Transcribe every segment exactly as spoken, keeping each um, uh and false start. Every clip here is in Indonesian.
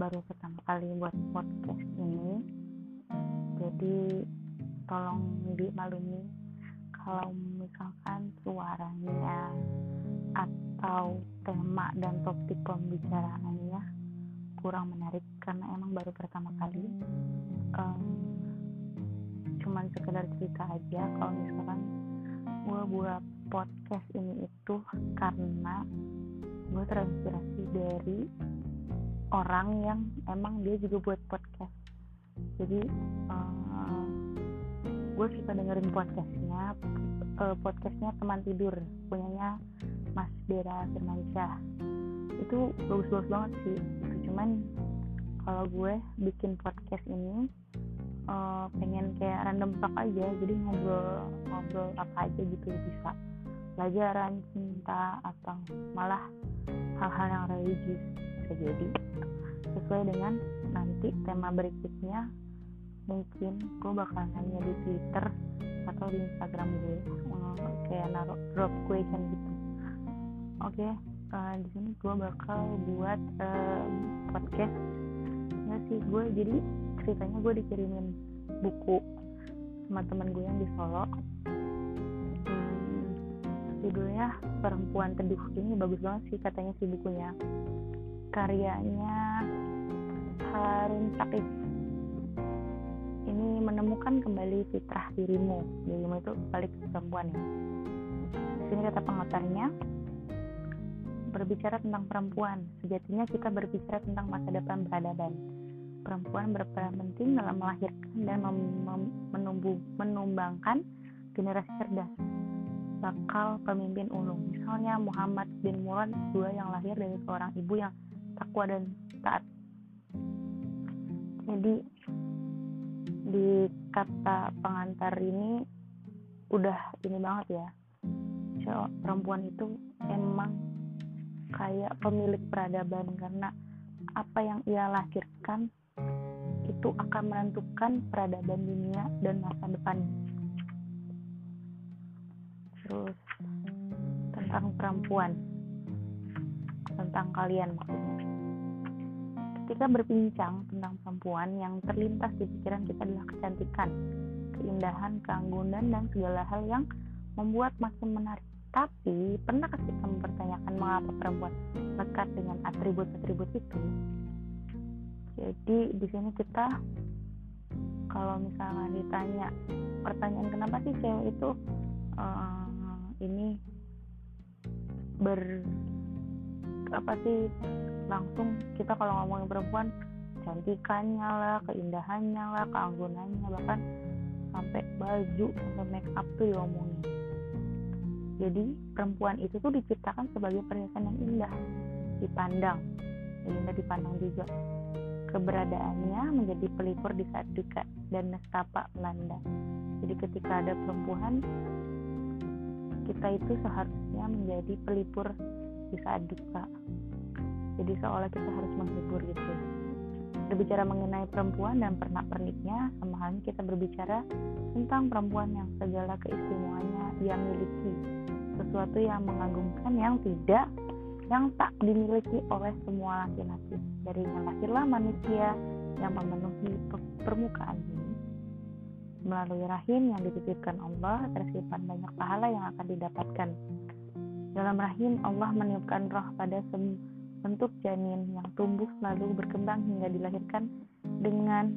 baru pertama kali buat podcast ini, jadi tolong dimaklumi kalau misalkan suaranya atau tema dan topik pembicaraannya kurang menarik karena emang baru pertama kali. Um, cuman sekedar cerita aja kalau misalkan gue buat podcast ini itu karena gue terinspirasi dari orang yang emang dia juga buat podcast. Jadi uh, gue suka dengerin podcastnya uh, podcastnya Teman Tidur punyanya Mas Dera Firmansyah. Itu bagus-bagus banget sih. Cuman kalau gue bikin podcast ini uh, pengen kayak random talk aja, jadi ngobrol ngobrol apa aja gitu, bisa pelajaran, cinta, atau malah hal-hal yang religius bisa jadi, sesuai dengan nanti tema berikutnya. Mungkin gue bakal nanya di Twitter atau di Instagram gue, kayak naruh drop question gitu. Oke, okay, uh, di sini gue bakal buat uh, podcast. Ya sih, gue jadi ceritanya gue dikirimin buku sama teman gue yang di Solo. Hmm, judulnya Perempuan Teduh. Ini bagus banget sih katanya sih bukunya. Karyanya Harun Saqif. Ini menemukan kembali fitrah dirimu. Dirimu itu balik ke perempuan ya. Di sini kata pengantarnya, berbicara tentang perempuan, sejatinya kita berbicara tentang masa depan peradaban. Perempuan berperan penting dalam melahirkan dan mem- mem- menumbuh, menumbangkan generasi cerdas, bakal pemimpin ulung. Misalnya Muhammad bin Murad dua yang lahir dari seorang ibu yang takwa dan taat. Jadi di kata pengantar ini udah ini banget ya, so, perempuan itu emang kayak pemilik peradaban, karena apa yang ia lahirkan itu akan menentukan peradaban dunia dan masa depan. Terus tentang perempuan, tentang kalian maksudnya. Ketika berbincang tentang perempuan, yang terlintas di pikiran kita adalah kecantikan, keindahan, keanggunan, dan segala hal yang membuat makin menarik. Tapi, pernahkah kita mempertanyakan mengapa perempuan lekat dengan atribut-atribut itu? Jadi, di sini kita kalau misalnya ditanya pertanyaan kenapa sih cewek itu uh, ini ber apa sih langsung kita kalau ngomongin perempuan, cantikannya lah, keindahannya lah, keanggunannya, bahkan sampai baju, sampai make up tuh diomongin. Jadi perempuan itu tuh diciptakan sebagai perhiasan yang indah dipandang, indah dipandang juga. Keberadaannya menjadi pelipur di saat duka dan nestapa melanda. Jadi ketika ada perempuan, kita itu seharusnya menjadi pelipur di saat duka. Jadi seolah kita harus menghibur gitu. Berbicara mengenai perempuan dan pernak-perniknya, sama halnya kita berbicara tentang perempuan yang segala keistimewaannya ia miliki, sesuatu yang mengagumkan, yang tidak, yang tak dimiliki oleh semua laki-laki. Darinya lahirlah manusia yang memenuhi permukaan bumi. Melalui rahim yang dititipkan Allah, tersimpan banyak pahala yang akan didapatkan. Dalam rahim, Allah meniupkan roh pada bentuk janin yang tumbuh lalu berkembang hingga dilahirkan. Dengan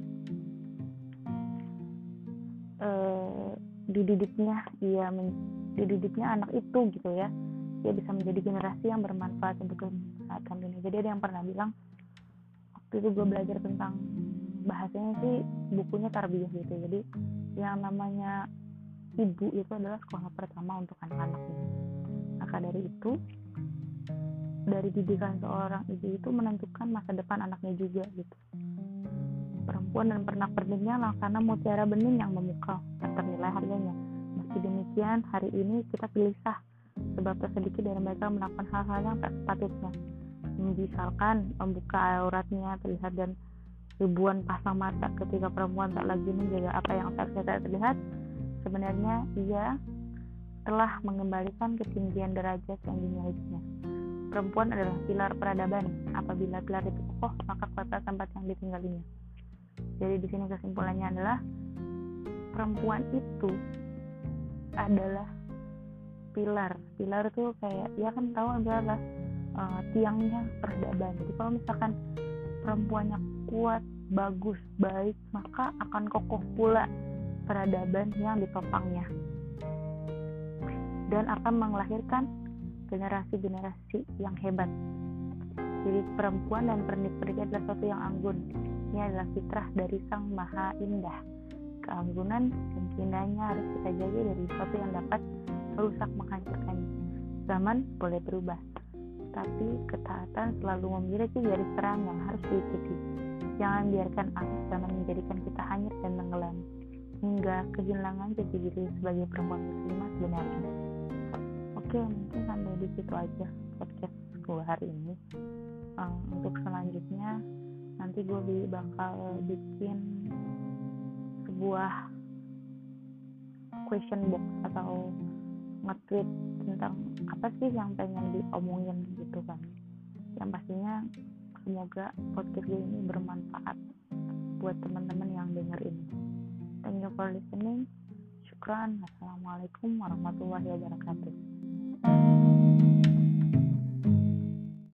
uh, dididiknya ia men- dididiknya anak itu gitu ya, dia bisa menjadi generasi yang bermanfaat untuk kesehatan dunia. Jadi ada yang pernah bilang, waktu itu gue belajar tentang bahasanya sih bukunya Tarbiyah gitu, jadi yang namanya ibu itu adalah sekolah pertama untuk anak-anaknya. Maka dari itu, dari didikan seorang ibu itu menentukan masa depan anaknya juga gitu. Perempuan dan pernak-perniknya laksana mutiara bening yang memukau, tak ternilai harganya. Meski demikian, hari ini kita gelisah sebab sedikit dari mereka melakukan hal-hal yang tak sepatutnya. Misalkan membuka auratnya terlihat dan ribuan pasang mata ketika perempuan tak lagi menjaga apa yang seharusnya tak terlihat. Sebenarnya ia telah mengembalikan ketinggian derajat yang dimilikinya. Perempuan adalah pilar peradaban. Apabila pilar itu kokoh, maka kota tempat yang ditinggalinya. Jadi di sini kesimpulannya adalah perempuan itu adalah pilar. Pilar tuh kayak ya kan tahu adalah uh, tiangnya peradaban. Jadi kalau misalkan perempuannya kuat, bagus, baik, maka akan kokoh pula peradaban yang ditopangnya dan akan melahirkan generasi-generasi yang hebat. Jadi perempuan dan pernik-pernik adalah sesuatu yang anggun. Ini adalah fitrah dari Sang Maha Indah. Keanggunan dan keindahannya harus kita jaga dari sesuatu yang dapat merusak, menghancurkannya. Zaman boleh berubah, tapi ketaatan selalu memiliki garis terang yang harus diikuti. Jangan biarkan arus zaman menjadikan kita hanyut dan tenggelam hingga kehilangan jati diri sebagai perempuan muslimah sebenarnya. Oke, mungkin sampai di situ aja podcast gue hari ini. Um, untuk selanjutnya nanti gue bakal bikin sebuah question box atau nge-tweet tentang apa sih yang pengen diomongin gitu kan. Yang pastinya semoga podcast gue ini bermanfaat buat teman-teman yang denger ini. Thank you for listening. Syukran. Assalamualaikum warahmatullahi wabarakatuh.